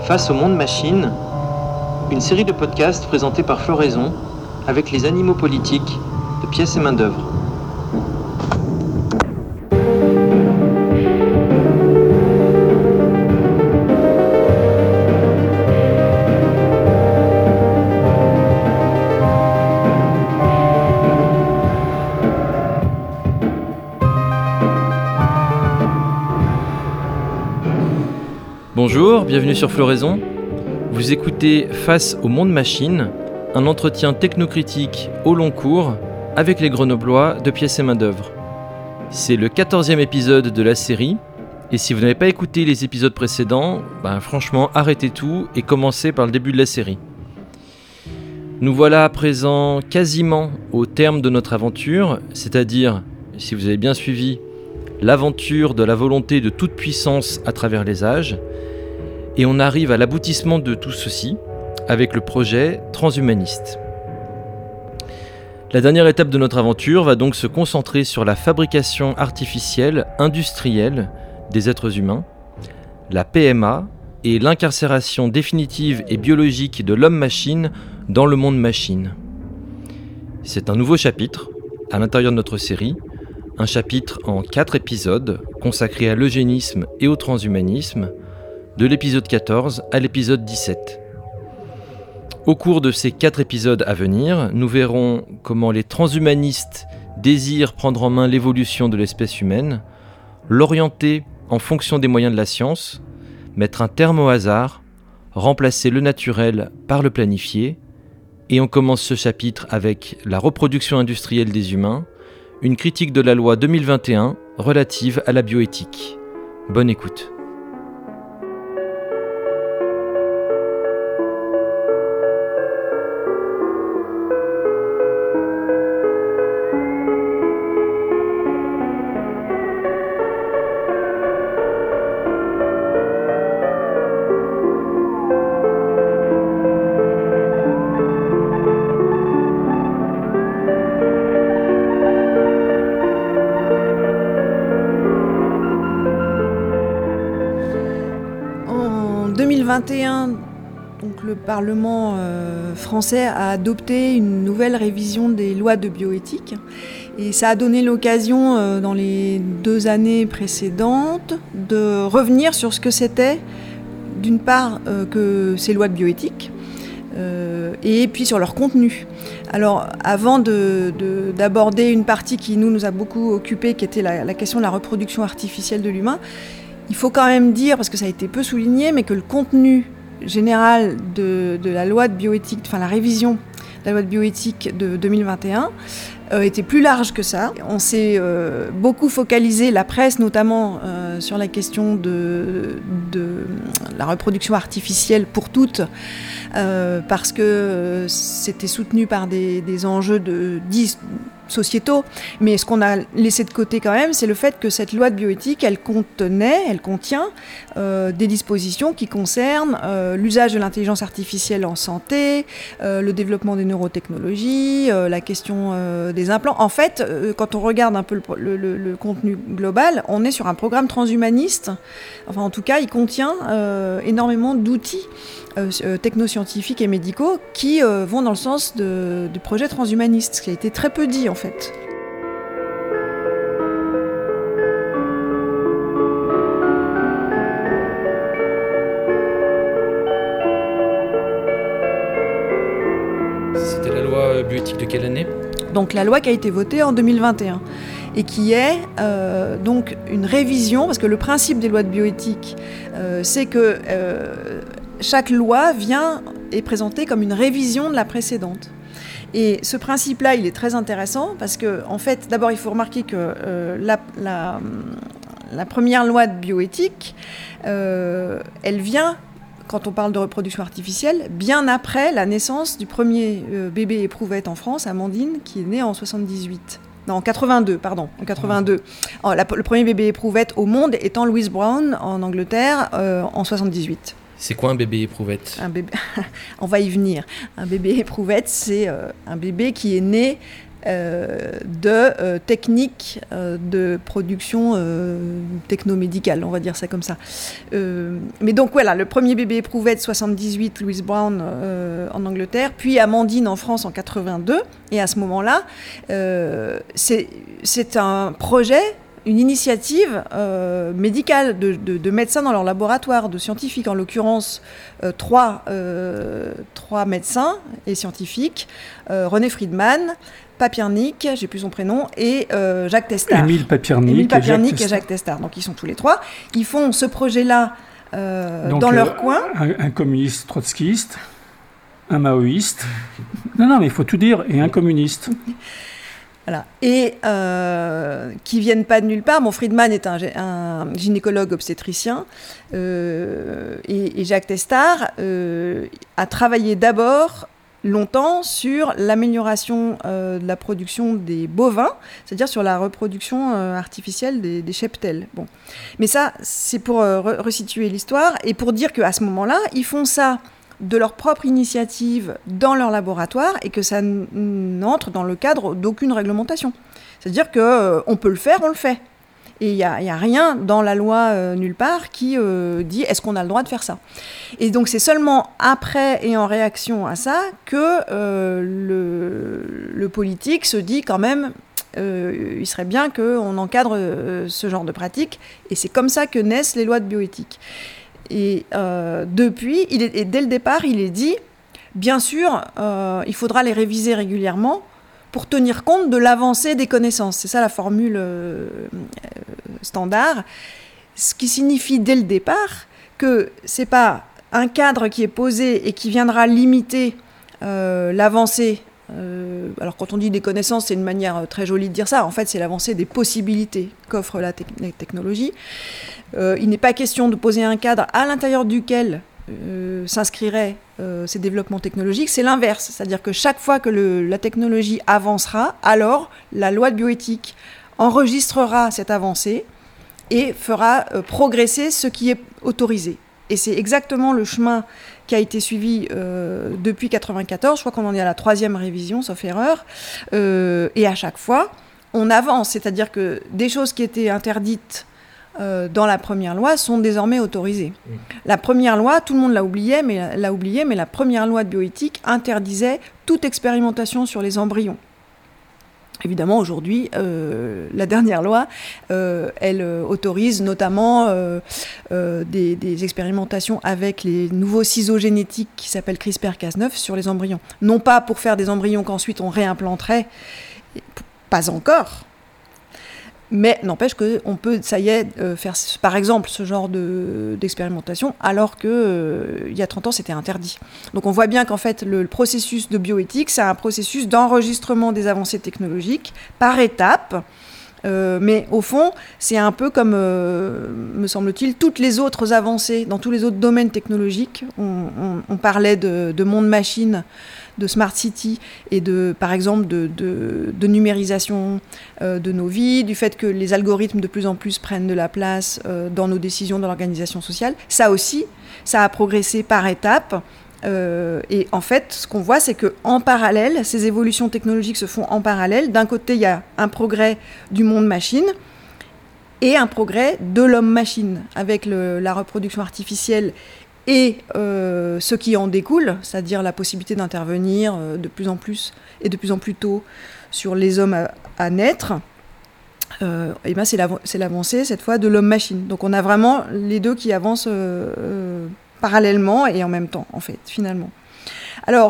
Face au monde machine, une série de podcasts présentés par Floraison avec les animaux politiques de Pièces et Main-d'œuvre. Bonjour, bienvenue sur Floraison. Vous écoutez Face au monde machine, un entretien technocritique au long cours avec les Grenoblois de Pièces et Main-d'œuvre. C'est le 14e épisode de la série, et si vous n'avez pas écouté les épisodes précédents, franchement, arrêtez tout et commencez par le début de la série. Nous voilà à présent quasiment au terme de notre aventure, c'est-à-dire, si vous avez bien suivi, l'aventure de la volonté de toute puissance à travers les âges. Et on arrive à l'aboutissement de tout ceci avec le projet transhumaniste. La dernière étape de notre aventure va donc se concentrer sur la fabrication artificielle industrielle des êtres humains, la PMA et l'incarcération définitive et biologique de l'homme-machine dans le monde machine. C'est un nouveau chapitre à l'intérieur de notre série, un chapitre en 4 épisodes consacrés à l'eugénisme et au transhumanisme, de l'épisode 14 à l'épisode 17. Au cours de ces 4 épisodes à venir, nous verrons comment les transhumanistes désirent prendre en main l'évolution de l'espèce humaine, l'orienter en fonction des moyens de la science, mettre un terme au hasard, remplacer le naturel par le planifié, et on commence ce chapitre avec la reproduction industrielle des humains, une critique de la loi 2021 relative à la bioéthique. Bonne écoute. En 2021, donc le Parlement français a adopté une nouvelle révision des lois de bioéthique et ça a donné l'occasion dans les 2 années précédentes de revenir sur ce que c'était d'une part que ces lois de bioéthique et puis sur leur contenu. Alors avant d'aborder une partie qui nous a beaucoup occupé, qui était la question de la reproduction artificielle de l'humain, il faut quand même dire, parce que ça a été peu souligné, mais que le contenu général de la loi de bioéthique, enfin la révision de la loi de bioéthique de 2021, était plus large que ça. On s'est beaucoup focalisé, la presse notamment, sur la question de la reproduction artificielle pour toutes, parce que c'était soutenu par des enjeux sociétaux, mais ce qu'on a laissé de côté quand même, c'est le fait que cette loi de bioéthique, elle contient des dispositions qui concernent l'usage de l'intelligence artificielle en santé, le développement des neurotechnologies, la question des implants. En fait, quand on regarde un peu le contenu global, on est sur un programme transhumaniste. Enfin, en tout cas, il contient énormément d'outils technoscientifiques et médicaux qui vont dans le sens du projet transhumaniste, ce qui a été très peu dit en fait. C'était la loi bioéthique de quelle année ? Donc la loi qui a été votée en 2021 et qui est donc une révision, parce que le principe des lois de bioéthique, c'est que chaque loi est présentée comme une révision de la précédente. Et ce principe-là, il est très intéressant parce que, en fait, d'abord, il faut remarquer que la première loi de bioéthique, elle vient, quand on parle de reproduction artificielle, bien après la naissance du premier bébé éprouvette en France, Amandine, qui est née en 78. Non, en 82, pardon, en 82. Le premier bébé éprouvette au monde étant Louise Brown en Angleterre en 78. C'est quoi un bébé éprouvette ? On va y venir. Un bébé éprouvette, c'est un bébé qui est né de techniques de production technomédicale, on va dire ça comme ça. Mais donc voilà, le premier bébé éprouvette 78, Louise Brown en Angleterre, puis Amandine en France en 82. Et à ce moment-là, c'est un projet, une initiative médicale de médecins dans leur laboratoire, de scientifiques, en l'occurrence trois médecins et scientifiques, René Friedman, Papiernik, j'ai plus son prénom, et Jacques Testard. Émile Papiernik et Jacques Testard. Donc ils sont tous les trois. Ils font ce projet-là dans leur coin. Un communiste trotskiste, un maoïste. Non, mais il faut tout dire, et un communiste. Voilà. Et qui viennent pas de nulle part. Bon, Friedman est un gynécologue obstétricien et Jacques Testard a travaillé d'abord longtemps sur l'amélioration de la production des bovins, c'est-à-dire sur la reproduction artificielle des cheptels. Bon. Mais ça, c'est pour resituer l'histoire et pour dire qu'à ce moment-là, ils font ça de leur propre initiative dans leur laboratoire et que ça n'entre dans le cadre d'aucune réglementation. C'est-à-dire qu'on peut le faire, on le fait. Et il n'y a rien dans la loi nulle part qui dit est-ce qu'on a le droit de faire ça. Et donc c'est seulement après et en réaction à ça que le politique se dit quand même il serait bien qu'on encadre ce genre de pratique. Et c'est comme ça que naissent les lois de bioéthique. Et depuis, dès le départ, il est dit, bien sûr, il faudra les réviser régulièrement pour tenir compte de l'avancée des connaissances. C'est ça la formule standard. Ce qui signifie dès le départ que ce n'est pas un cadre qui est posé et qui viendra limiter l'avancée. Alors quand on dit des connaissances, c'est une manière très jolie de dire ça. En fait, c'est l'avancée des possibilités qu'offre la technologie. Il n'est pas question de poser un cadre à l'intérieur duquel s'inscriraient ces développements technologiques. C'est l'inverse, c'est-à-dire que chaque fois que la technologie avancera, alors la loi de bioéthique enregistrera cette avancée et fera progresser ce qui est autorisé. Et c'est exactement le chemin qui a été suivi depuis 1994. Je crois qu'on en est à la 3e révision, sauf erreur. Et à chaque fois, on avance. C'est-à-dire que des choses qui étaient interdites dans la première loi sont désormais autorisées. La première loi, tout le monde l'a oublié, mais la première loi de bioéthique interdisait toute expérimentation sur les embryons. Évidemment, aujourd'hui, la dernière loi, elle autorise notamment des expérimentations avec les nouveaux ciseaux génétiques qui s'appellent CRISPR-Cas9 sur les embryons. Non pas pour faire des embryons qu'ensuite on réimplanterait, pas encore, mais n'empêche qu'on peut, ça y est, faire par exemple ce genre d'expérimentation alors qu'il y a 30 ans c'était interdit. Donc on voit bien qu'en fait le processus de bioéthique c'est un processus d'enregistrement des avancées technologiques par étapes. Mais au fond, c'est un peu comme, me semble-t-il, toutes les autres avancées dans tous les autres domaines technologiques. On parlait de monde-machine, de smart city et par exemple de numérisation de nos vies, du fait que les algorithmes de plus en plus prennent de la place dans nos décisions, dans l'organisation sociale. Ça aussi, ça a progressé par étapes. Et en fait, ce qu'on voit, c'est qu'en parallèle, ces évolutions technologiques se font en parallèle. D'un côté, il y a un progrès du monde-machine et un progrès de l'homme-machine, avec la reproduction artificielle et ce qui en découle, c'est-à-dire la possibilité d'intervenir de plus en plus et de plus en plus tôt sur les hommes à naître. Et ben c'est l'avancée, cette fois, de l'homme-machine. Donc on a vraiment les deux qui avancent parallèlement et en même temps, en fait, finalement. Alors,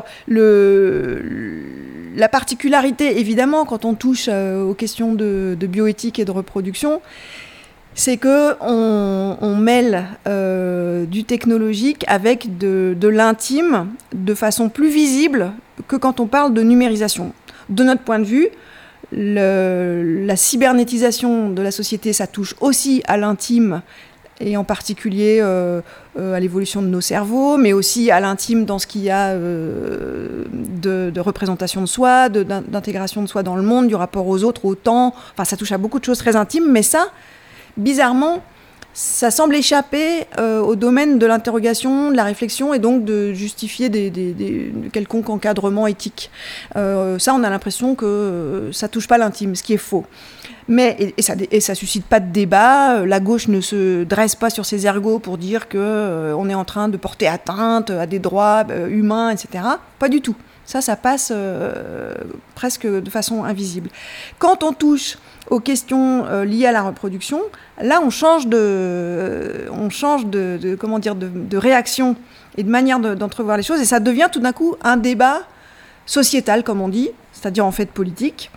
la particularité, évidemment, quand on touche aux questions de bioéthique et de reproduction, c'est qu'on mêle du technologique avec de l'intime de façon plus visible que quand on parle de numérisation. De notre point de vue, la cybernétisation de la société, ça touche aussi à l'intime, et en particulier à l'évolution de nos cerveaux, mais aussi à l'intime dans ce qu'il y a de représentation de soi, d'intégration de soi dans le monde, du rapport aux autres, au temps. Enfin, ça touche à beaucoup de choses très intimes, mais ça, bizarrement, ça semble échapper au domaine de l'interrogation, de la réflexion, et donc de justifier de quelconque encadrement éthique. Ça, on a l'impression que ça touche pas l'intime, ce qui est faux. Mais, et ça suscite pas de débat. La gauche ne se dresse pas sur ses ergots pour dire qu'on est en train de porter atteinte à des droits humains, etc. Pas du tout. Ça passe presque de façon invisible. Quand on touche aux questions liées à la reproduction, là on change de réaction et de manière d'entrevoir les choses, et ça devient tout d'un coup un débat sociétal, comme on dit, c'est-à-dire en fait politique,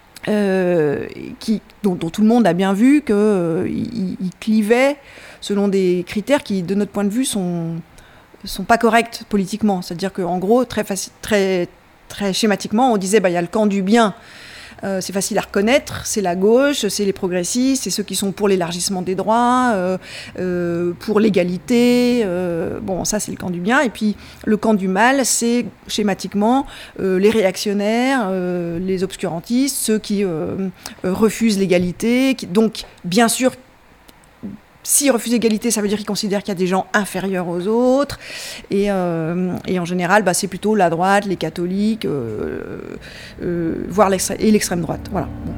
dont tout le monde a bien vu qu'il clivait selon des critères qui, de notre point de vue, sont pas corrects politiquement. C'est-à-dire qu'en gros, très schématiquement, on disait il y a le camp du bien. C'est facile à reconnaître, c'est la gauche, c'est les progressistes, c'est ceux qui sont pour l'élargissement des droits, pour l'égalité. Ça c'est le camp du bien. Et puis le camp du mal, c'est schématiquement les réactionnaires, les obscurantistes, ceux qui refusent l'égalité. Donc bien sûr, s'ils refusent l'égalité, ça veut dire qu'ils considèrent qu'il y a des gens inférieurs aux autres. Et en général, c'est plutôt la droite, les catholiques, voire l'extrême droite. Voilà. Bon.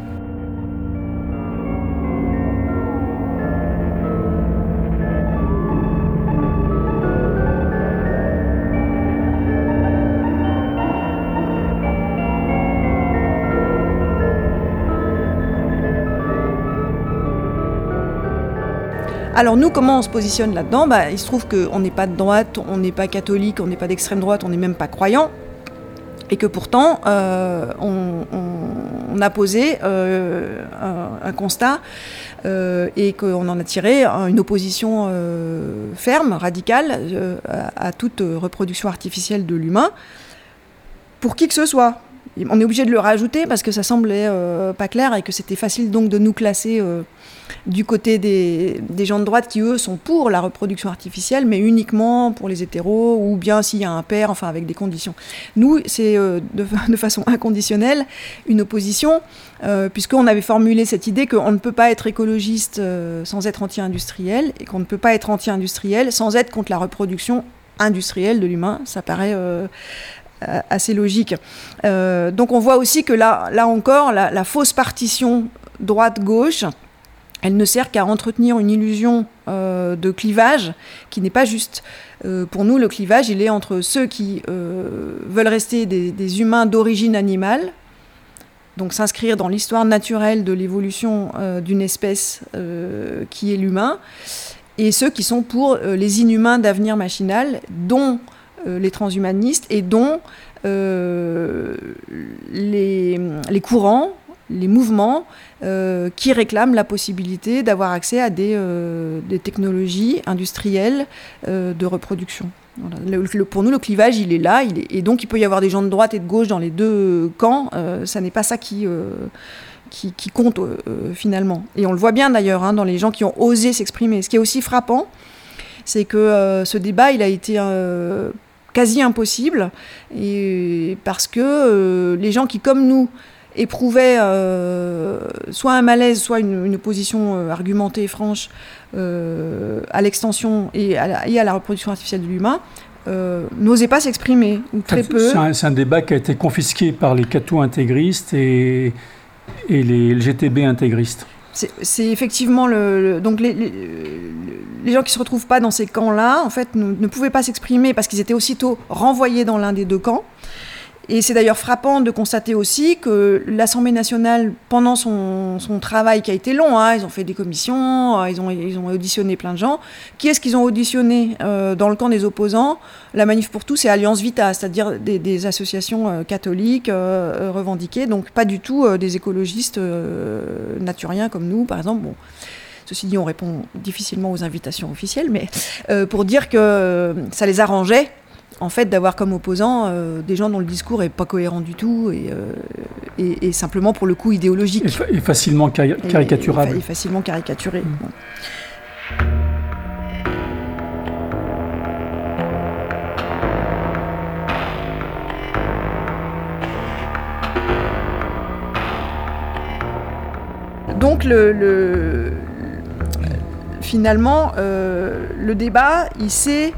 Alors nous, comment on se positionne là-dedans ? Il se trouve qu'on n'est pas de droite, on n'est pas catholique, on n'est pas d'extrême droite, on n'est même pas croyant. Et que pourtant, on a posé un constat et qu'on en a tiré une opposition ferme, radicale, à toute reproduction artificielle de l'humain, pour qui que ce soit. On est obligé de le rajouter parce que ça semblait pas clair et que c'était facile donc de nous classer du côté des gens de droite qui, eux, sont pour la reproduction artificielle, mais uniquement pour les hétéros, ou bien s'il y a un père, enfin avec des conditions. Nous, c'est de façon inconditionnelle une opposition, puisqu'on avait formulé cette idée qu'on ne peut pas être écologiste sans être anti-industriel, et qu'on ne peut pas être anti-industriel sans être contre la reproduction industrielle de l'humain. Ça paraît assez logique. Donc on voit aussi que là encore, la fausse partition droite-gauche, elle ne sert qu'à entretenir une illusion de clivage qui n'est pas juste. Pour nous, le clivage, il est entre ceux qui veulent rester des humains d'origine animale, donc s'inscrire dans l'histoire naturelle de l'évolution d'une espèce qui est l'humain, et ceux qui sont pour les inhumains d'avenir machinal, dont les transhumanistes et dont les courants, les mouvements qui réclament la possibilité d'avoir accès à des technologies industrielles de reproduction. Voilà. Pour nous, le clivage, il est là, et donc il peut y avoir des gens de droite et de gauche dans les deux camps. Ça n'est pas ça qui compte finalement. Et on le voit bien d'ailleurs dans les gens qui ont osé s'exprimer. Ce qui est aussi frappant, c'est que ce débat, il a été quasi impossible, et parce que les gens qui, comme nous, éprouvaient soit un malaise, soit une opposition argumentée et franche à l'extension et à la reproduction artificielle de l'humain, n'osaient pas s'exprimer, ou très peu. C'est un débat qui a été confisqué par les catho-intégristes et les LGTB intégristes. C'est effectivement donc les gens qui ne se retrouvent pas dans ces camps-là, en fait, ne pouvaient pas s'exprimer parce qu'ils étaient aussitôt renvoyés dans l'un des deux camps. Et c'est d'ailleurs frappant de constater aussi que l'Assemblée nationale, pendant son travail qui a été long, ils ont fait des commissions, ils ont auditionné plein de gens. Qui est-ce qu'ils ont auditionné dans le camp des opposants ? La Manif pour tous et Alliance Vita, c'est-à-dire des associations catholiques revendiquées, donc pas du tout des écologistes naturiens comme nous, par exemple. Bon. Ceci dit, on répond difficilement aux invitations officielles, mais pour dire que ça les arrangeait, en fait, d'avoir comme opposants des gens dont le discours n'est pas cohérent du tout et simplement pour le coup idéologique. Et facilement caricaturable. Et facilement caricaturé. Bon. Donc finalement, le débat, il s'est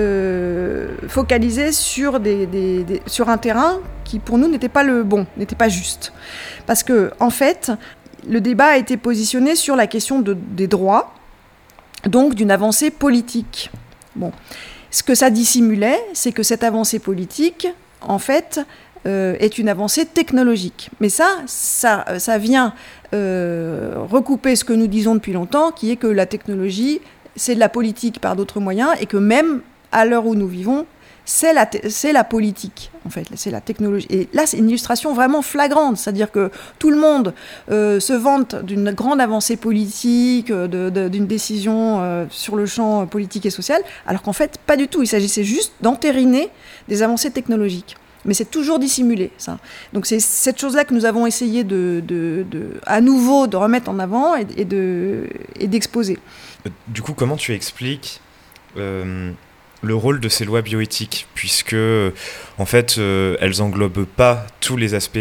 focalisé sur, sur un terrain qui, pour nous, n'était pas le bon, n'était pas juste. Parce que, en fait, le débat a été positionné sur la question des droits, donc d'une avancée politique. Bon. Ce que ça dissimulait, c'est que cette avancée politique, en fait, est une avancée technologique. Mais ça vient recouper ce que nous disons depuis longtemps, qui est que la technologie, c'est de la politique par d'autres moyens, et que même à l'heure où nous vivons, c'est la politique, en fait, c'est la technologie. Et là, c'est une illustration vraiment flagrante, c'est-à-dire que tout le monde se vante d'une grande avancée politique, d'une décision sur le champ politique et social, alors qu'en fait, pas du tout. Il s'agissait juste d'entériner des avancées technologiques. Mais c'est toujours dissimulé, ça. Donc c'est cette chose-là que nous avons essayé à nouveau de remettre en avant et d'exposer. Du coup, comment tu expliques le rôle de ces lois bioéthiques, puisque en fait elles englobent pas tous les aspects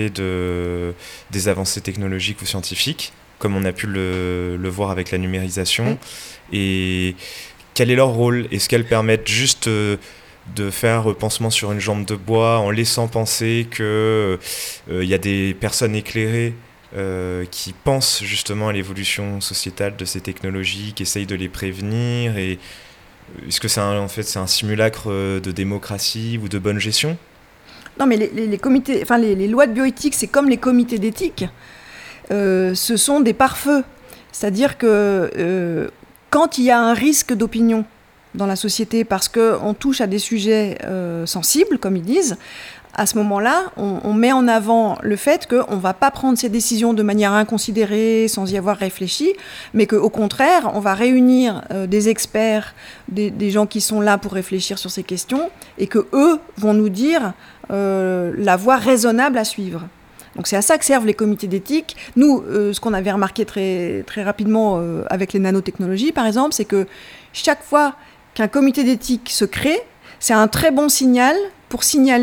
des avancées technologiques ou scientifiques, comme on a pu le voir avec la numérisation. Et quel est leur rôle? Est-ce qu'elles permettent juste de faire pansement sur une jambe de bois en laissant penser qu'il y a des personnes éclairées qui pensent justement à l'évolution sociétale de ces technologies, qui essayent de les prévenir, et est-ce que c'est un simulacre de démocratie ou de bonne gestion? Non, mais les comités, enfin les lois de bioéthique, c'est comme les comités d'éthique. Ce sont des pare-feux. C'est-à-dire que quand il y a un risque d'opinion dans la société parce qu'on touche à des sujets sensibles, comme ils disent, à ce moment-là, on met en avant le fait qu'on ne va pas prendre ces décisions de manière inconsidérée, sans y avoir réfléchi, mais qu'au contraire, on va réunir des experts, des gens qui sont là pour réfléchir sur ces questions, et qu'eux vont nous dire la voie raisonnable à suivre. Donc c'est à ça que servent les comités d'éthique. Nous, ce qu'on avait remarqué très, très rapidement avec les nanotechnologies, par exemple, c'est que chaque fois qu'un comité d'éthique se crée, c'est un très bon signal pour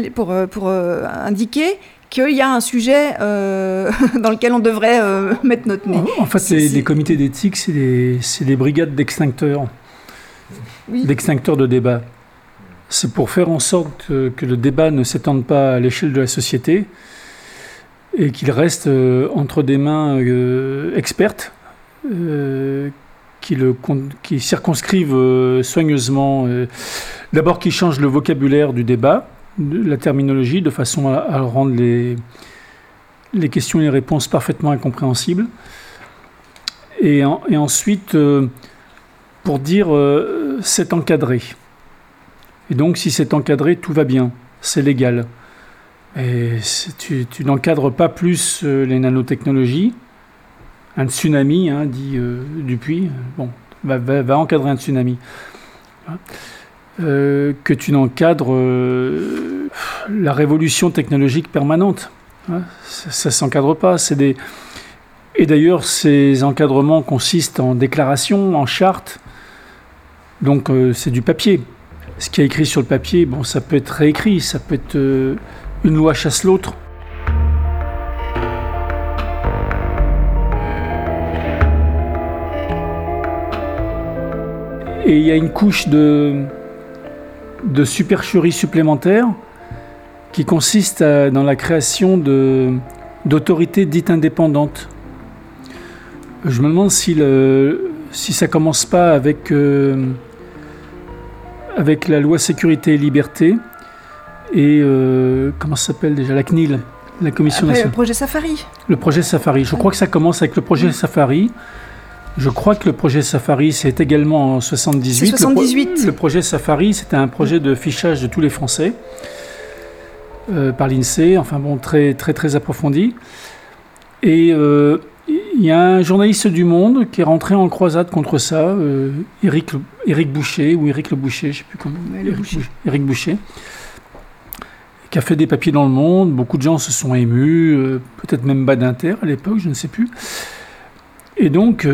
indiquer qu'il y a un sujet dans lequel on devrait mettre notre nez. En fait, les comités d'éthique, c'est des brigades d'extincteurs, d'extincteurs de débat. C'est pour faire en sorte que le débat ne s'étende pas à l'échelle de la société et qu'il reste entre des mains expertes qui circonscrivent soigneusement, d'abord qui changent le vocabulaire du débat, la terminologie, de façon à rendre les questions et les réponses parfaitement incompréhensibles. Et ensuite, pour dire c'est encadré. Et donc, si c'est encadré, tout va bien, c'est légal. Et tu n'encadres pas plus les nanotechnologies. Un tsunami, dit Dupuis, va encadrer un tsunami. Que tu n'encadres la révolution technologique permanente. Ça ne s'encadre pas. Et d'ailleurs, ces encadrements consistent en déclarations, en chartes. Donc, c'est du papier. Ce qui est écrit sur le papier, ça peut être réécrit, ça peut être une loi chasse l'autre. Et il y a une couche de supercherie supplémentaire qui consiste dans la création d'autorités dites indépendantes. Je me demande si ça ne commence pas avec la loi sécurité et liberté et comment ça s'appelle déjà, la CNIL, la Commission nationale. Le projet Safari. Le projet Safari. Je crois que ça commence avec le projet Safari. Je crois que le projet Safari, c'est également en 78. C'est 78. Le projet Safari, c'était un projet de fichage de tous les Français par l'INSEE, très, très, très approfondi. Et il y a un journaliste du Monde qui est rentré en croisade contre ça, Éric Boucher, ou Éric Le Boucher, je ne sais plus comment. Éric Boucher, qui a fait des papiers dans le Monde. Beaucoup de gens se sont émus, peut-être même Badinter à l'époque, je ne sais plus. Et donc,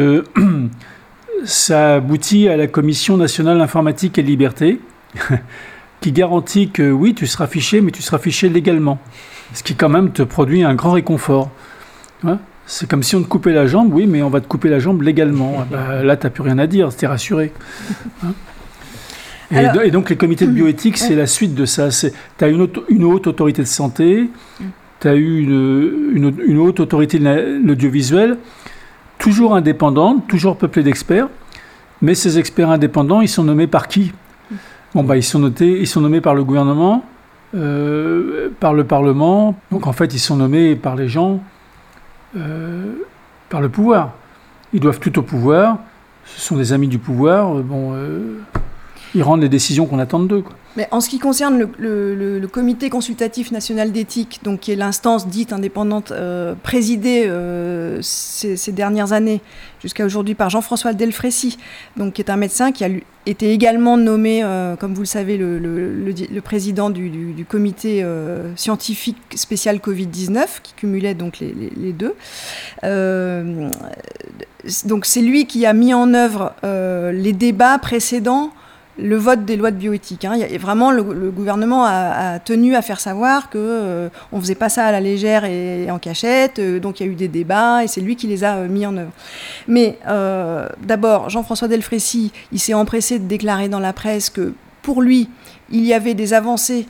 ça aboutit à la Commission nationale informatique et liberté, qui garantit que oui, tu seras fiché, mais tu seras fiché légalement. Ce qui quand même te produit un grand réconfort. C'est comme si on te coupait la jambe, oui, mais on va te couper la jambe légalement. Là, tu n'as plus rien à dire, t'es rassuré. Hein. Et donc, les comités de bioéthique, c'est la suite de ça. Tu as une haute autorité de santé, tu as eu une haute autorité de l'audiovisuel, toujours indépendante, toujours peuplée d'experts, mais ces experts indépendants, ils sont nommés par qui ? Ils sont nommés par le gouvernement, par le Parlement. Donc, en fait, ils sont nommés par les gens, par le pouvoir. Ils doivent tout au pouvoir. Ce sont des amis du pouvoir. Ils rendent les décisions qu'on attend d'eux, quoi. Mais en ce qui concerne le Comité consultatif national d'éthique, donc qui est l'instance dite indépendante présidée ces dernières années jusqu'à aujourd'hui par Jean-François Delfrécy, donc qui est un médecin qui a été également nommé, comme vous le savez, le président du comité scientifique spécial Covid-19, qui cumulait donc les deux. Donc c'est lui qui a mis en œuvre les débats précédents le vote des lois de bioéthique. Hein. Vraiment, le gouvernement a tenu à faire savoir qu'on ne faisait pas ça à la légère et en cachette, donc il y a eu des débats et c'est lui qui les a mis en œuvre. Mais d'abord, Jean-François Delfrécy, il s'est empressé de déclarer dans la presse que pour lui, il y avait des avancées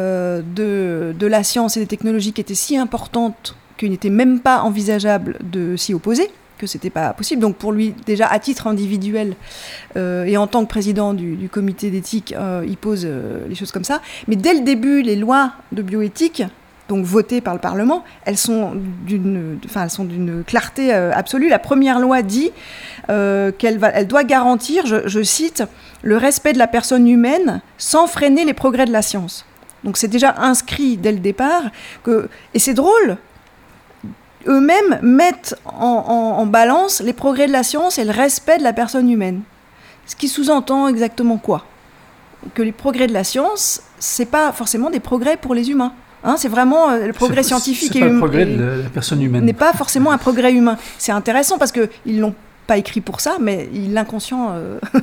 de la science et des technologies qui étaient si importantes qu'il n'était même pas envisageable de s'y opposer, que c'était pas possible. Donc pour lui, déjà à titre individuel et en tant que président du comité d'éthique, il pose les choses comme ça. Mais dès le début, les lois de bioéthique, donc votées par le Parlement, elles sont d'une clarté absolue. La première loi dit qu'elle doit garantir, je cite, le respect de la personne humaine sans freiner les progrès de la science. Donc c'est déjà inscrit dès le départ et c'est drôle. Eux-mêmes mettent en balance les progrès de la science et le respect de la personne humaine. Ce qui sous-entend exactement quoi ? Que les progrès de la science, c'est pas forcément des progrès pour les humains. Hein, c'est vraiment le progrès scientifique et humain. Le progrès de la personne humaine n'est pas forcément un progrès humain. C'est intéressant parce qu'ils l'ont pas écrit pour ça, mais l'inconscient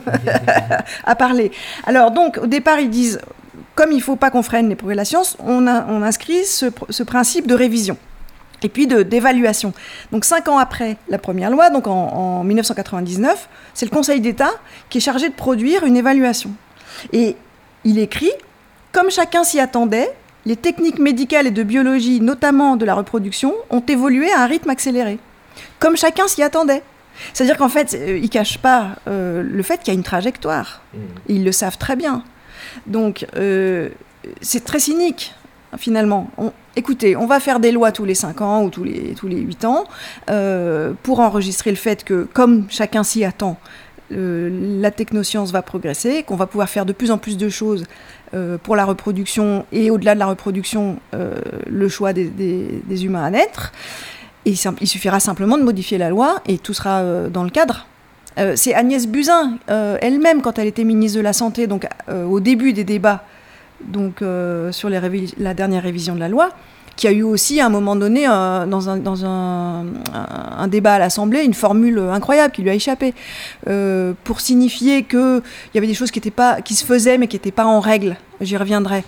a parlé. Alors donc, au départ, ils disent, comme il faut pas qu'on freine les progrès de la science, on inscrit ce principe de révision. Et puis d'évaluation. Donc 5 ans après la première loi, donc en 1999, c'est le Conseil d'État qui est chargé de produire une évaluation. Et il écrit, comme chacun s'y attendait, les techniques médicales et de biologie, notamment de la reproduction, ont évolué à un rythme accéléré. Comme chacun s'y attendait. C'est-à-dire qu'en fait, ils ne cachent pas le fait qu'il y a une trajectoire. Ils le savent très bien. Donc, c'est très cynique, finalement. Écoutez, on va faire des lois tous les 5 ans ou tous les 8 ans pour enregistrer le fait que, comme chacun s'y attend, la technoscience va progresser, qu'on va pouvoir faire de plus en plus de choses pour la reproduction et au-delà de la reproduction, le choix des humains à naître. Et il suffira simplement de modifier la loi et tout sera dans le cadre. C'est Agnès Buzyn elle-même, quand elle était ministre de la Santé, donc au début des débats, donc sur la dernière révision de la loi, qui a eu aussi à un moment donné dans un débat à l'Assemblée une formule incroyable qui lui a échappé pour signifier qu'il y avait des choses qui se faisaient mais qui n'étaient pas en règle, j'y reviendrai,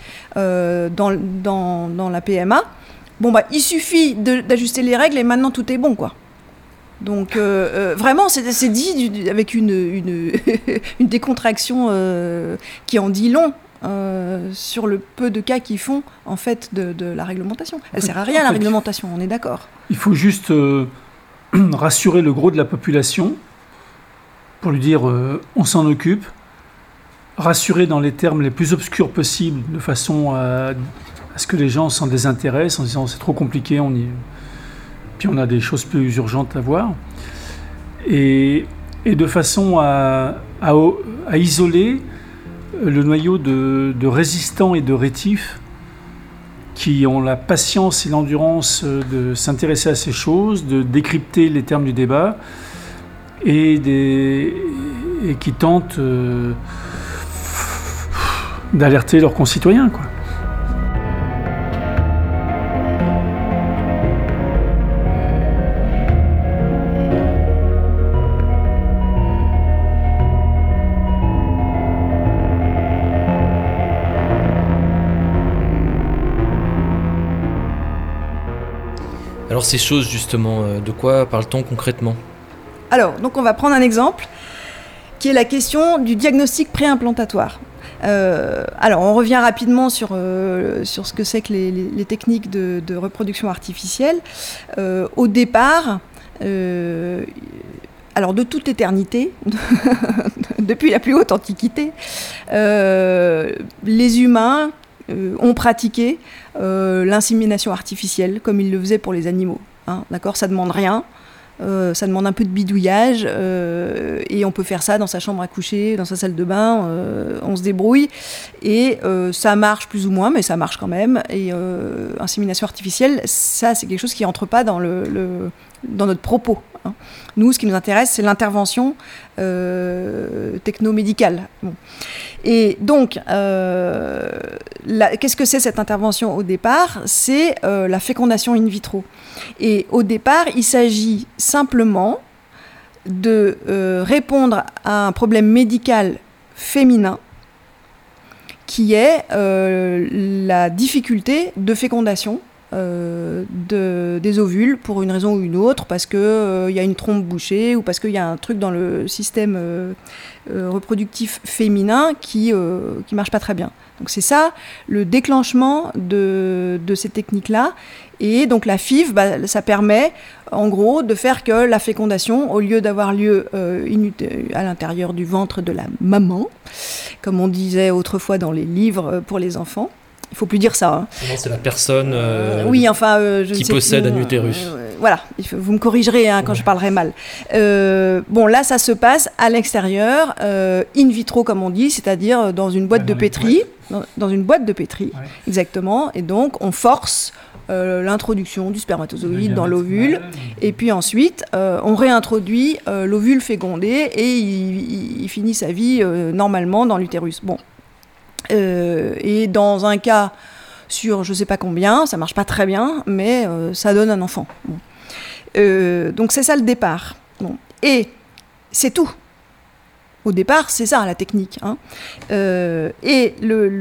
dans la PMA. Il suffit d'ajuster les règles et maintenant tout est bon, quoi. Donc vraiment c'est dit avec une décontraction qui en dit long sur le peu de cas qu'ils font en fait de la réglementation. Elle sert à rien, la réglementation, on est d'accord. Il faut juste rassurer le gros de la population pour lui dire on s'en occupe, rassurer dans les termes les plus obscurs possibles de façon à ce que les gens s'en désintéressent en disant c'est trop compliqué, puis on a des choses plus urgentes à voir, et de façon à isoler le noyau de résistants et de rétifs qui ont la patience et l'endurance de s'intéresser à ces choses, de décrypter les termes du débat et qui tentent d'alerter leurs concitoyens, quoi. Alors Alors ces choses justement, de quoi parle-t-on concrètement ? Alors, donc on va prendre un exemple qui est la question du diagnostic préimplantatoire. Alors, on revient rapidement sur ce que c'est que les techniques de reproduction artificielle. Au départ, alors de toute éternité, depuis la plus haute antiquité, les humains ont pratiqué l'insémination artificielle comme ils le faisaient pour les animaux. Hein, d'accord, ça ne demande rien. Ça demande un peu de bidouillage et on peut faire ça dans sa chambre à coucher, dans sa salle de bain, on se débrouille et ça marche plus ou moins, mais ça marche quand même. Et insémination artificielle, ça c'est quelque chose qui rentre pas dans notre propos. Hein. Nous, ce qui nous intéresse, c'est l'intervention technomédicale. Bon. Et donc, qu'est-ce que c'est cette intervention au départ ? C'est la fécondation in vitro. Et au départ, il s'agit simplement de répondre à un problème médical féminin qui est la difficulté de fécondation des ovules pour une raison ou une autre, parce qu'il y a une trompe bouchée ou parce qu'il y a un truc dans le système reproductif féminin qui marche pas très bien. Donc c'est ça le déclenchement de ces techniques-là. Et donc la FIV, ça permet en gros de faire que la fécondation, au lieu d'avoir lieu à l'intérieur du ventre de la maman, comme on disait autrefois dans les livres pour les enfants, il ne faut plus dire ça. Hein. Non, c'est la personne qui possède un utérus. Voilà, vous me corrigerez quand je parlerai mal. Bon, là, ça se passe à l'extérieur, in vitro, comme on dit, c'est-à-dire dans une boîte de pétri. Dans une boîte de pétri, ouais. Exactement. Et donc, on force l'introduction du spermatozoïde dans l'ovule. Et puis ensuite, on réintroduit l'ovule fécondé et il finit sa vie normalement dans l'utérus. Bon. Et dans un cas sur je ne sais pas combien, ça ne marche pas très bien, mais ça donne un enfant. Bon. Donc c'est ça le départ. Bon. Et c'est tout. Au départ, c'est ça la technique. Hein. Et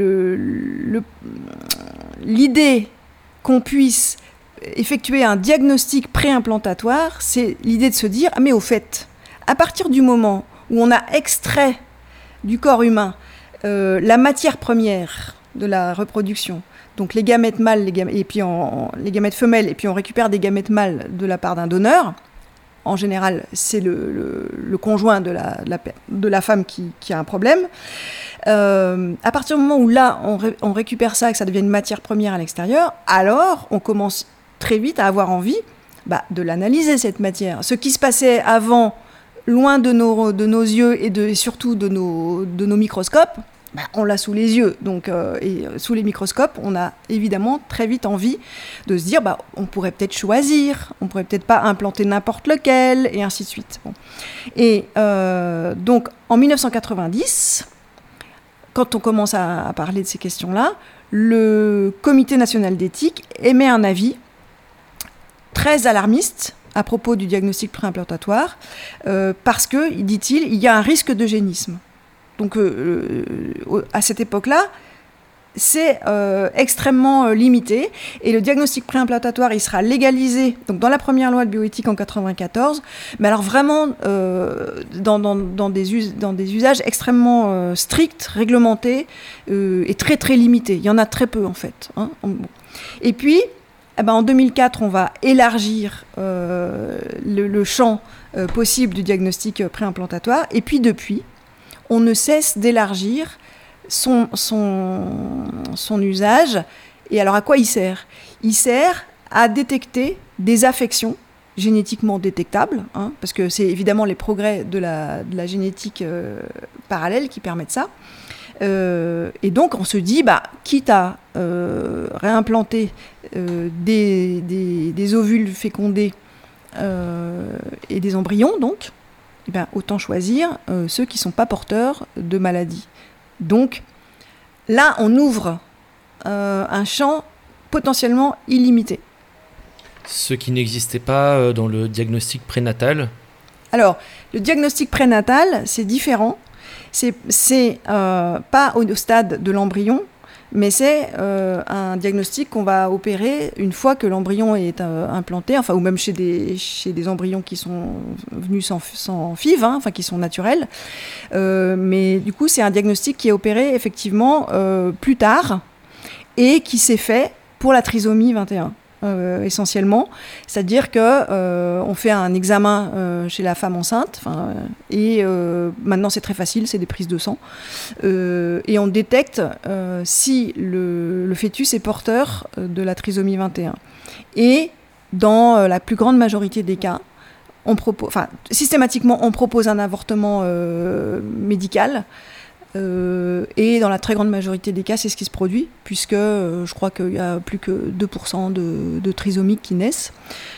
l'idée qu'on puisse effectuer un diagnostic préimplantatoire, c'est l'idée de se dire, mais au fait, à partir du moment où on a extrait du corps humain la matière première de la reproduction, donc les gamètes mâles, les gamètes femelles, et puis on récupère des gamètes mâles de la part d'un donneur. En général, c'est le conjoint de la femme qui a un problème. À partir du moment où là, on récupère ça et que ça devient une matière première à l'extérieur, alors on commence très vite à avoir envie de l'analyser, cette matière. Ce qui se passait avant, loin de nos yeux et surtout de nos microscopes, on l'a sous les yeux. Donc, et sous les microscopes, on a évidemment très vite envie de se dire on pourrait peut-être choisir, on pourrait peut-être pas implanter n'importe lequel, et ainsi de suite. Bon. Et donc, en 1990, quand on commence à parler de ces questions-là, le Comité national d'éthique émet un avis très alarmiste à propos du diagnostic préimplantatoire, parce que, dit-il, il y a un risque d'eugénisme. Donc, à cette époque-là, c'est extrêmement limité. Et le diagnostic préimplantatoire, il sera légalisé donc, dans la première loi de bioéthique en 1994, mais alors vraiment dans des usages extrêmement stricts, réglementés et très, très limités. Il y en a très peu, en fait. Hein. Et puis, en 2004, on va élargir le champ possible du diagnostic préimplantatoire. Et puis, depuis, on ne cesse d'élargir son usage. Et alors, à quoi il sert ? Il sert à détecter des affections génétiquement détectables, hein, parce que c'est évidemment les progrès de la génétique parallèle qui permettent ça. Et donc, on se dit, quitte à réimplanter des ovules fécondés et des embryons, donc, autant choisir ceux qui ne sont pas porteurs de maladies. Donc, là, on ouvre un champ potentiellement illimité. Ce qui n'existait pas dans le diagnostic prénatal. Alors, le diagnostic prénatal, c'est différent. C'est pas au stade de l'embryon, mais c'est un diagnostic qu'on va opérer une fois que l'embryon est implanté, ou même chez des embryons qui sont venus sans FIV, qui sont naturels. Mais du coup, c'est un diagnostic qui est opéré effectivement plus tard et qui s'est fait pour la trisomie 21. Essentiellement, c'est-à-dire que on fait un examen chez la femme enceinte, et maintenant c'est très facile, c'est des prises de sang, et on détecte si le fœtus est porteur de la trisomie 21. Et dans la plus grande majorité des cas, systématiquement, on propose un avortement médical. Et dans la très grande majorité des cas, c'est ce qui se produit, puisque je crois qu'il y a plus que 2% de trisomiques qui naissent.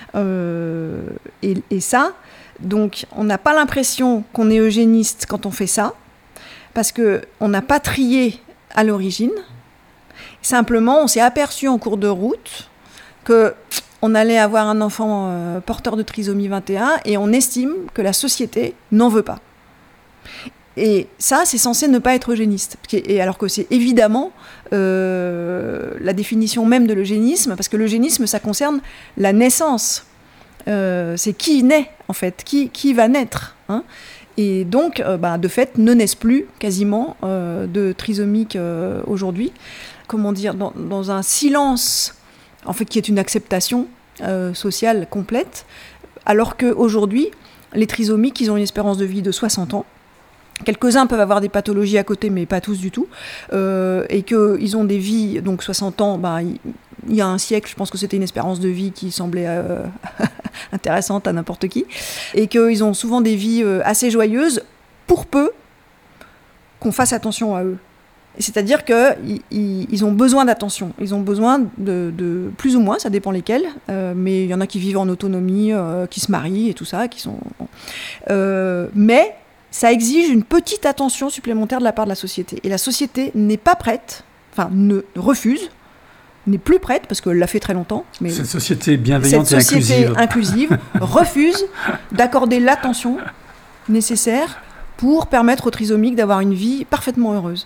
Et ça, donc, on n'a pas l'impression qu'on est eugéniste quand on fait ça, parce qu'on n'a pas trié à l'origine. Simplement, on s'est aperçu en cours de route qu'on allait avoir un enfant porteur de trisomie 21, et on estime que la société n'en veut pas. Et ça, c'est censé ne pas être eugéniste. Et alors que c'est évidemment la définition même de l'eugénisme, parce que l'eugénisme, ça concerne la naissance. C'est qui naît, en fait, qui va naître. Et donc, de fait, ne naissent plus quasiment de trisomiques aujourd'hui. Comment dire, dans un silence, en fait, qui est une acceptation sociale complète, alors qu'aujourd'hui, les trisomiques, ils ont une espérance de vie de 60 ans. Quelques-uns peuvent avoir des pathologies à côté, mais pas tous du tout. Et qu'ils ont des vies, donc 60 ans, il y a un siècle, je pense que c'était une espérance de vie qui semblait intéressante à n'importe qui. Et qu'ils ont souvent des vies assez joyeuses, pour peu qu'on fasse attention à eux. C'est-à-dire qu'ils ont besoin d'attention. Ils ont besoin de plus ou moins, ça dépend lesquels, mais il y en a qui vivent en autonomie, qui se marient et tout ça, qui sont... mais ça exige une petite attention supplémentaire de la part de la société. Et la société n'est pas prête, refuse, n'est plus prête, parce qu'elle l'a fait très longtemps. Mais cette société bienveillante et inclusive. Cette société inclusive refuse d'accorder l'attention nécessaire pour permettre aux trisomiques d'avoir une vie parfaitement heureuse.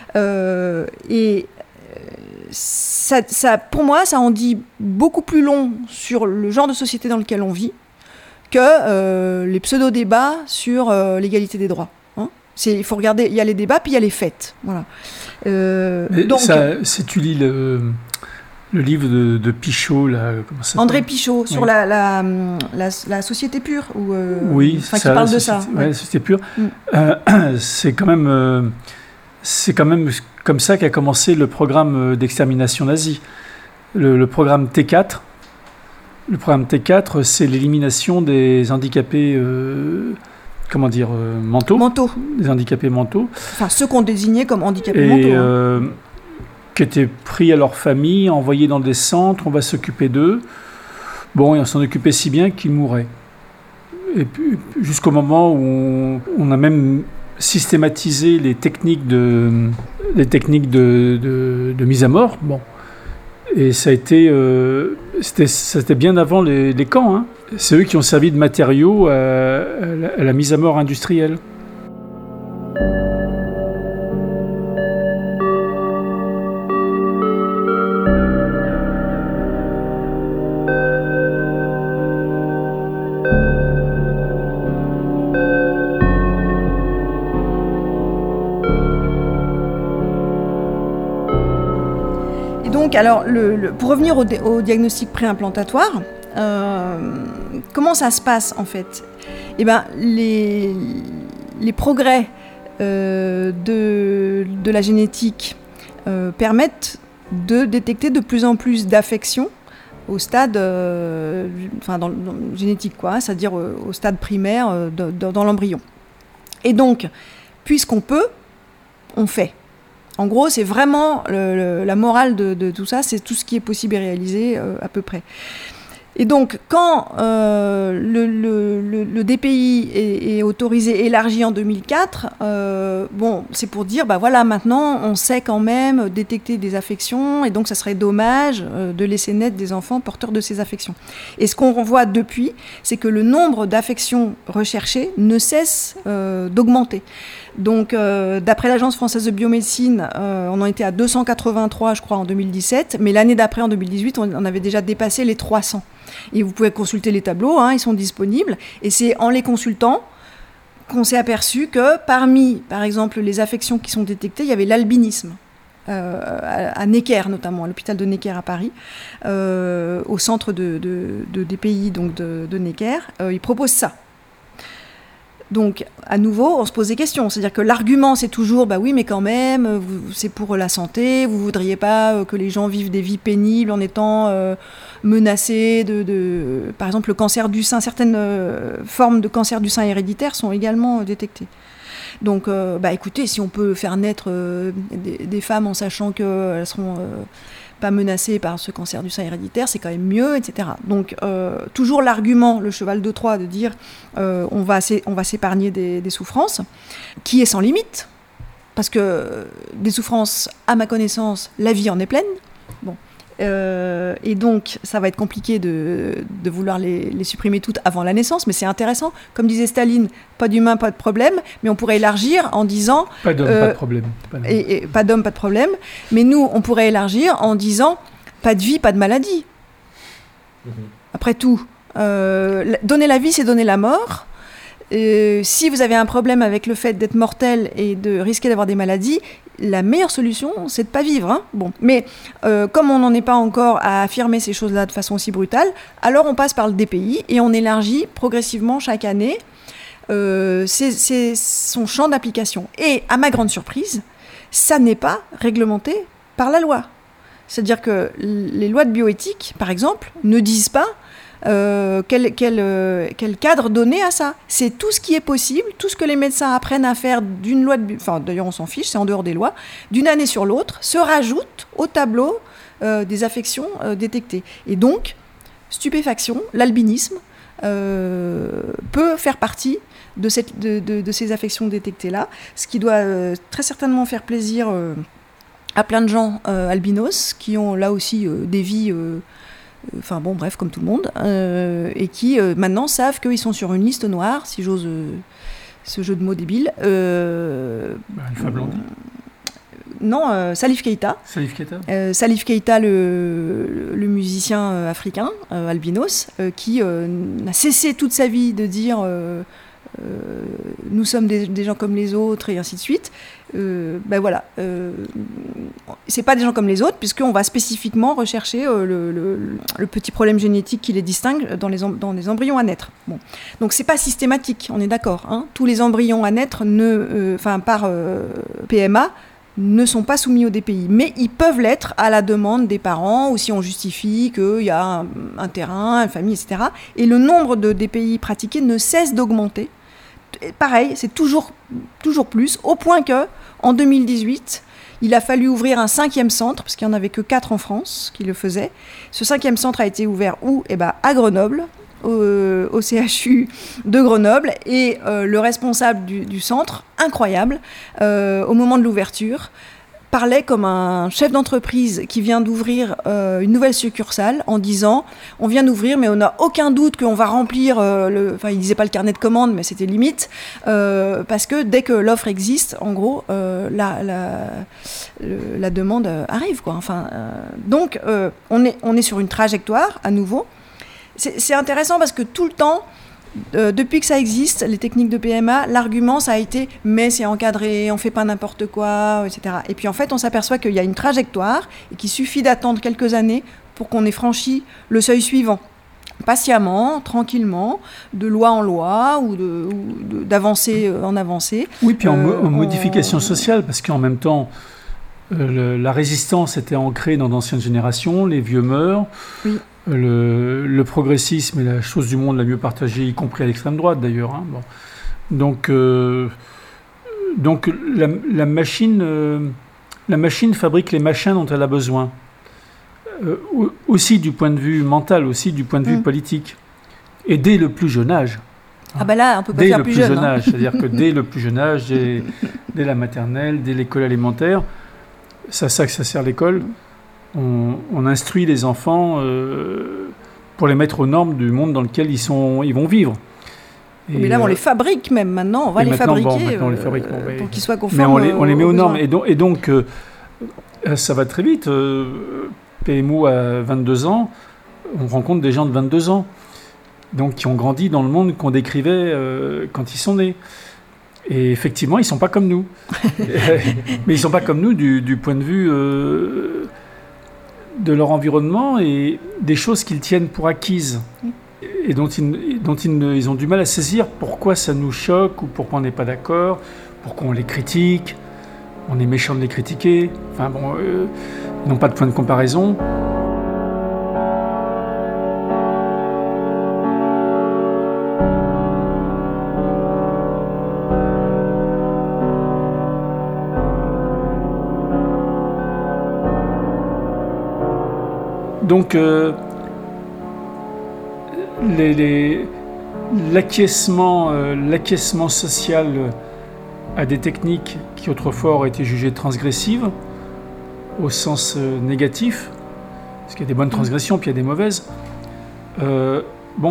Ça, pour moi, ça en dit beaucoup plus long sur le genre de société dans lequel on vit que les pseudo-débats sur l'égalité des droits. Il faut regarder, il y a les débats, puis il y a les faits. Voilà. Donc, si tu lis le livre de Pichot, là, comment ça André Pichot, sur la société pure, oui, qui parle de ça. Ouais, la société pure. C'est quand même comme ça qu'a commencé le programme d'extermination nazie. Le programme T4. Le programme T4, c'est l'élimination des handicapés, mentaux. Des handicapés mentaux. Enfin, ceux qu'on désignait comme handicapés mentaux. Qui étaient pris à leur famille, envoyés dans des centres, on va s'occuper d'eux. Bon, et on s'en occupait si bien qu'ils mouraient. Et puis, jusqu'au moment où on a même systématisé les techniques de mise à mort. Bon. Et ça a été... C'était bien avant les camps. C'est eux qui ont servi de matériaux à la mise à mort industrielle. Alors, pour revenir au diagnostic préimplantatoire, comment ça se passe en fait ? Eh bien, les progrès de la génétique permettent de détecter de plus en plus d'affections au stade génétique, c'est-à-dire au stade primaire dans l'embryon. Et donc, puisqu'on peut, on fait. En gros, c'est vraiment la morale de tout ça, c'est tout ce qui est possible et réalisé à peu près. Et donc, quand le DPI est autorisé, élargi en 2004, c'est pour dire, maintenant, on sait quand même détecter des affections, et donc ça serait dommage de laisser naître des enfants porteurs de ces affections. Et ce qu'on voit depuis, c'est que le nombre d'affections recherchées ne cesse d'augmenter. Donc, d'après l'Agence française de biomédecine, on en était à 283, je crois, en 2017. Mais l'année d'après, en 2018, on avait déjà dépassé les 300. Et vous pouvez consulter les tableaux, hein, ils sont disponibles. Et c'est en les consultant qu'on s'est aperçu que parmi, par exemple, les affections qui sont détectées, il y avait l'albinisme. À Necker notamment, à l'hôpital de Necker à Paris, au centre des pays donc de Necker, ils proposent ça. Donc, à nouveau, on se pose des questions. C'est-à-dire que l'argument, c'est toujours, bah oui, mais quand même, c'est pour la santé, vous ne voudriez pas que les gens vivent des vies pénibles en étant menacés par exemple, le cancer du sein. Certaines formes de cancer du sein héréditaire sont également détectées. Donc, écoutez, si on peut faire naître des femmes en sachant qu'elles ne seront pas menacées par ce cancer du sein héréditaire, c'est quand même mieux, etc. Donc, toujours l'argument, le cheval de Troie, de dire on va s'épargner des souffrances, qui est sans limite, parce que des souffrances, à ma connaissance, la vie en est pleine. Bon. Et donc, ça va être compliqué de vouloir les supprimer toutes avant la naissance, mais c'est intéressant. Comme disait Staline, pas d'humain, pas de problème, mais on pourrait élargir en disant... Pas d'homme, pas de problème. Et pas d'homme, pas de problème. Mais nous, on pourrait élargir en disant pas de vie, pas de maladie. Après tout, donner la vie, c'est donner la mort. Si vous avez un problème avec le fait d'être mortel et de risquer d'avoir des maladies, la meilleure solution, c'est de ne pas vivre. Hein. Bon. Mais comme on n'en est pas encore à affirmer ces choses-là de façon aussi brutale, alors on passe par le DPI et on élargit progressivement chaque année son champ d'application. Et à ma grande surprise, ça n'est pas réglementé par la loi. C'est-à-dire que les lois de bioéthique, par exemple, ne disent pas quel cadre donner à ça. C'est tout ce qui est possible, tout ce que les médecins apprennent à faire d'une loi d'ailleurs on s'en fiche, c'est en dehors des lois, d'une année sur l'autre, se rajoute au tableau des affections détectées. Et donc, stupéfaction, l'albinisme peut faire partie de ces affections détectées-là, ce qui doit très certainement faire plaisir à plein de gens albinos, qui ont là aussi des vies... comme tout le monde, et qui maintenant savent qu'ils sont sur une liste noire, si j'ose ce jeu de mots débile. Alpha Blondy. Non, Salif Keïta. Salif Keïta, le musicien africain, albinos, qui n'a cessé toute sa vie de dire nous sommes des gens comme les autres, et ainsi de suite. C'est pas des gens comme les autres, puisqu'on va spécifiquement rechercher le petit problème génétique qui les distingue dans les embryons à naître. Bon. Donc c'est pas systématique, on est d'accord. Hein. Tous les embryons à naître par PMA ne sont pas soumis au DPI, mais ils peuvent l'être à la demande des parents, ou si on justifie qu'il y a un terrain, une famille, etc. Et le nombre de DPI pratiqués ne cesse d'augmenter. Pareil, c'est toujours plus, au point que en 2018, il a fallu ouvrir un 5e centre, parce qu'il n'y en avait que 4 en France qui le faisaient. Ce 5e centre a été ouvert où ? À Grenoble, au CHU de Grenoble, et le responsable du centre, incroyable, au moment de l'ouverture, parlait comme un chef d'entreprise qui vient d'ouvrir une nouvelle succursale en disant « On vient d'ouvrir, mais on n'a aucun doute qu'on va remplir il disait pas le carnet de commandes, mais c'était limite, parce que dès que l'offre existe, en gros, la demande arrive. Quoi. Donc, on est sur une trajectoire, à nouveau. C'est intéressant parce que tout le temps, depuis que ça existe, les techniques de PMA, l'argument ça a été mais c'est encadré, on fait pas n'importe quoi, etc. Et puis en fait on s'aperçoit qu'il y a une trajectoire et qu'il suffit d'attendre quelques années pour qu'on ait franchi le seuil suivant, patiemment, tranquillement, de loi en loi ou d'avancée en avancée. Oui, puis en modification sociale, parce qu'en même temps la résistance était ancrée dans d'anciennes générations, les vieux meurent. Oui. Le progressisme est la chose du monde la mieux partagée, y compris à l'extrême droite d'ailleurs. Hein. Bon. Donc la machine fabrique les machins dont elle a besoin. Aussi du point de vue mental, aussi du point de vue politique. Et dès le plus jeune âge. Ah bah là, on peut pas faire plus jeune. Âge, c'est-à-dire que dès le plus jeune âge, dès la maternelle, dès l'école élémentaire, c'est à ça que ça sert l'école. On instruit les enfants pour les mettre aux normes du monde dans lequel ils vont vivre. Mais là, on les fabrique même maintenant. On va les fabriquer on les fabrique, pour qu'ils soient conformes. Mais on les met aux normes. Et donc ça va très vite. PMU à 22 ans, on rencontre des gens de 22 ans. Donc qui ont grandi dans le monde qu'on décrivait quand ils sont nés. Et effectivement, ils ne sont pas comme nous. Mais ils ne sont pas comme nous du point de vue de leur environnement et des choses qu'ils tiennent pour acquises. Et dont ils ont du mal à saisir pourquoi ça nous choque ou pourquoi on n'est pas d'accord, pourquoi on les critique. On est méchant de les critiquer. Enfin bon, ils n'ont pas de point de comparaison. Donc, l'acquiescement social à des techniques qui autrefois auraient été jugées transgressives, au sens négatif, parce qu'il y a des bonnes transgressions puis il y a des mauvaises, elles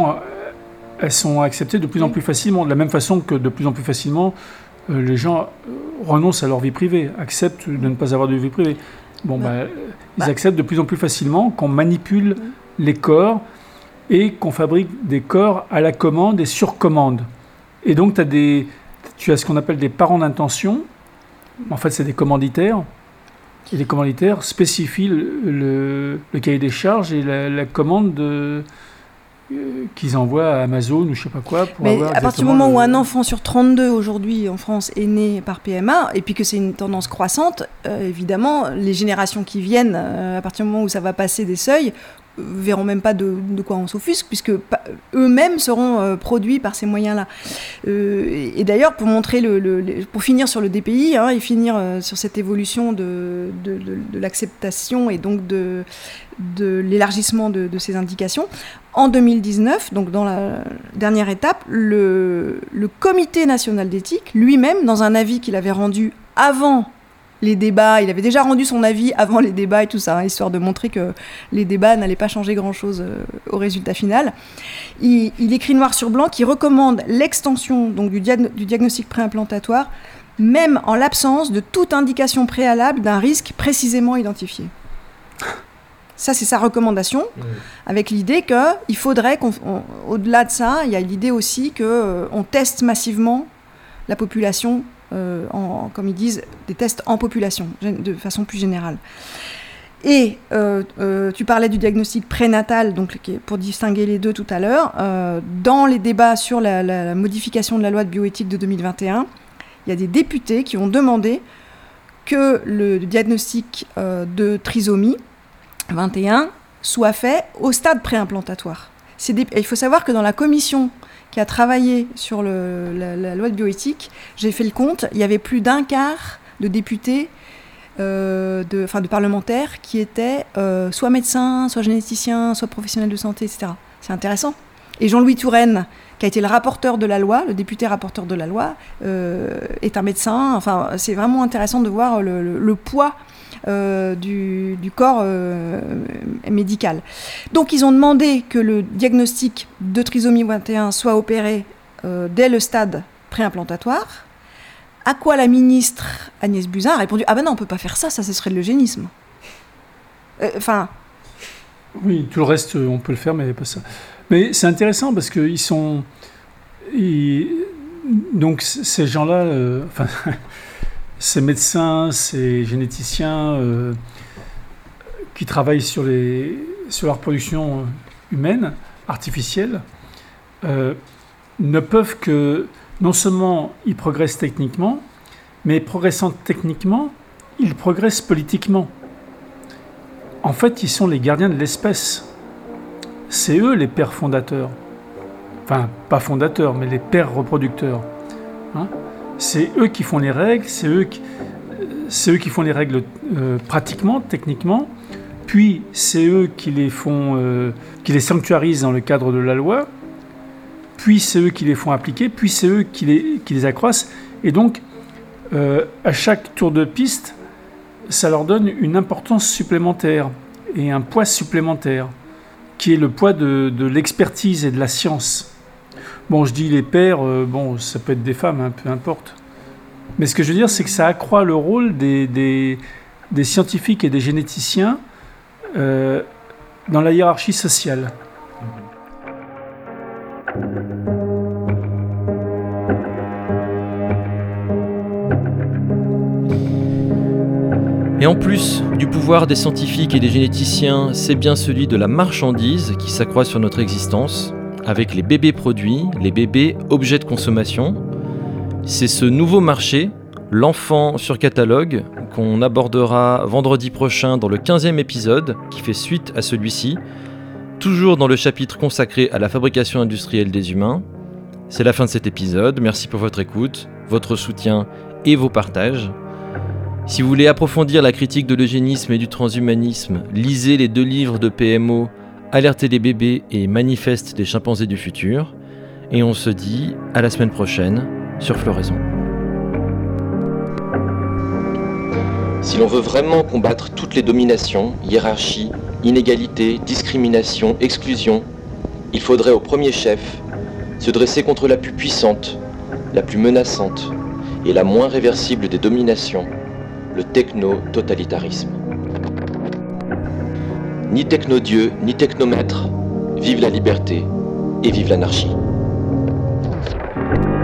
sont acceptées de plus en plus facilement, de la même façon que de plus en plus facilement les gens renoncent à leur vie privée, acceptent de ne pas avoir de vie privée. Ils acceptent de plus en plus facilement qu'on manipule les corps et qu'on fabrique des corps à la commande et sur commande. Et donc, tu as ce qu'on appelle des parents d'intention. En fait, c'est des commanditaires. Et les commanditaires spécifient le cahier des charges et la commande qu'ils envoient à Amazon ou je ne sais pas quoi. Mais à partir du moment où un enfant sur 32 aujourd'hui en France est né par PMA, et puis que c'est une tendance croissante, évidemment, les générations qui viennent, à partir du moment où ça va passer des seuils, verront même pas de quoi on s'offusque, puisque eux-mêmes seront produits par ces moyens-là. Et d'ailleurs, pour montrer pour finir sur le DPI, et finir sur cette évolution de l'acceptation et donc de l'élargissement de ces indications, en 2019, donc dans la dernière étape, le Comité national d'éthique, lui-même, dans un avis qu'il avait rendu avant les débats, il avait déjà rendu son avis avant les débats et tout ça, histoire de montrer que les débats n'allaient pas changer grand-chose au résultat final. Il écrit noir sur blanc qu'il recommande l'extension donc, du diagnostic préimplantatoire, même en l'absence de toute indication préalable d'un risque précisément identifié. Ça, c'est sa recommandation, avec l'idée qu'il faudrait au-delà de ça, il y a l'idée aussi qu'on teste massivement la population, comme ils disent, des tests en population, de façon plus générale. Et tu parlais du diagnostic prénatal, donc, pour distinguer les deux tout à l'heure. Dans les débats sur la modification de la loi de bioéthique de 2021, il y a des députés qui ont demandé que le diagnostic de trisomie 21 soit fait au stade préimplantatoire. Il faut savoir que dans la commission qui a travaillé sur la loi de bioéthique, j'ai fait le compte, il y avait plus d'un quart de députés, de parlementaires qui étaient soit médecins, soit généticiens, soit professionnels de santé, etc. C'est intéressant. Et Jean-Louis Touraine, qui a été le rapporteur de la loi, le député rapporteur de la loi, est un médecin. Enfin, c'est vraiment intéressant de voir le poids du corps médical. Donc ils ont demandé que le diagnostic de trisomie 21 soit opéré dès le stade préimplantatoire, à quoi la ministre Agnès Buzyn a répondu « Ah ben non, on ne peut pas faire ça, ce serait de l'eugénisme. » Oui, tout le reste, on peut le faire, mais pas ça. Mais c'est intéressant parce que donc ces gens-là... Ces médecins, ces généticiens qui travaillent sur la reproduction humaine, artificielle, ne peuvent que, non seulement ils progressent techniquement, mais progressant techniquement, ils progressent politiquement. En fait, ils sont les gardiens de l'espèce. C'est eux les pères fondateurs. Enfin, pas fondateurs, mais les pères reproducteurs. C'est eux qui font les règles, c'est eux qui font les règles pratiquement, techniquement, puis c'est eux qui les sanctuarisent dans le cadre de la loi, puis c'est eux qui les font appliquer, puis c'est eux qui les accroissent. Et donc, à chaque tour de piste, ça leur donne une importance supplémentaire et un poids supplémentaire, qui est le poids de l'expertise et de la science. Bon, je dis les pairs, ça peut être des femmes, hein, peu importe. Mais ce que je veux dire, c'est que ça accroît le rôle des scientifiques et des généticiens dans la hiérarchie sociale. Et en plus du pouvoir des scientifiques et des généticiens, c'est bien celui de la marchandise qui s'accroît sur notre existence, avec les bébés produits, les bébés objets de consommation. C'est ce nouveau marché, l'enfant sur catalogue, qu'on abordera vendredi prochain dans le 15e épisode, qui fait suite à celui-ci, toujours dans le chapitre consacré à la fabrication industrielle des humains. C'est la fin de cet épisode, merci pour votre écoute, votre soutien et vos partages. Si vous voulez approfondir la critique de l'eugénisme et du transhumanisme, lisez les 2 livres de PMO, Alerter les bébés et Manifeste des chimpanzés du futur. Et on se dit à la semaine prochaine sur Floraison. Si l'on veut vraiment combattre toutes les dominations, hiérarchies, inégalités, discriminations, exclusions, il faudrait au premier chef se dresser contre la plus puissante, la plus menaçante et la moins réversible des dominations, le techno-totalitarisme. Ni techno-dieu, ni technomètre, vive la liberté et vive l'anarchie.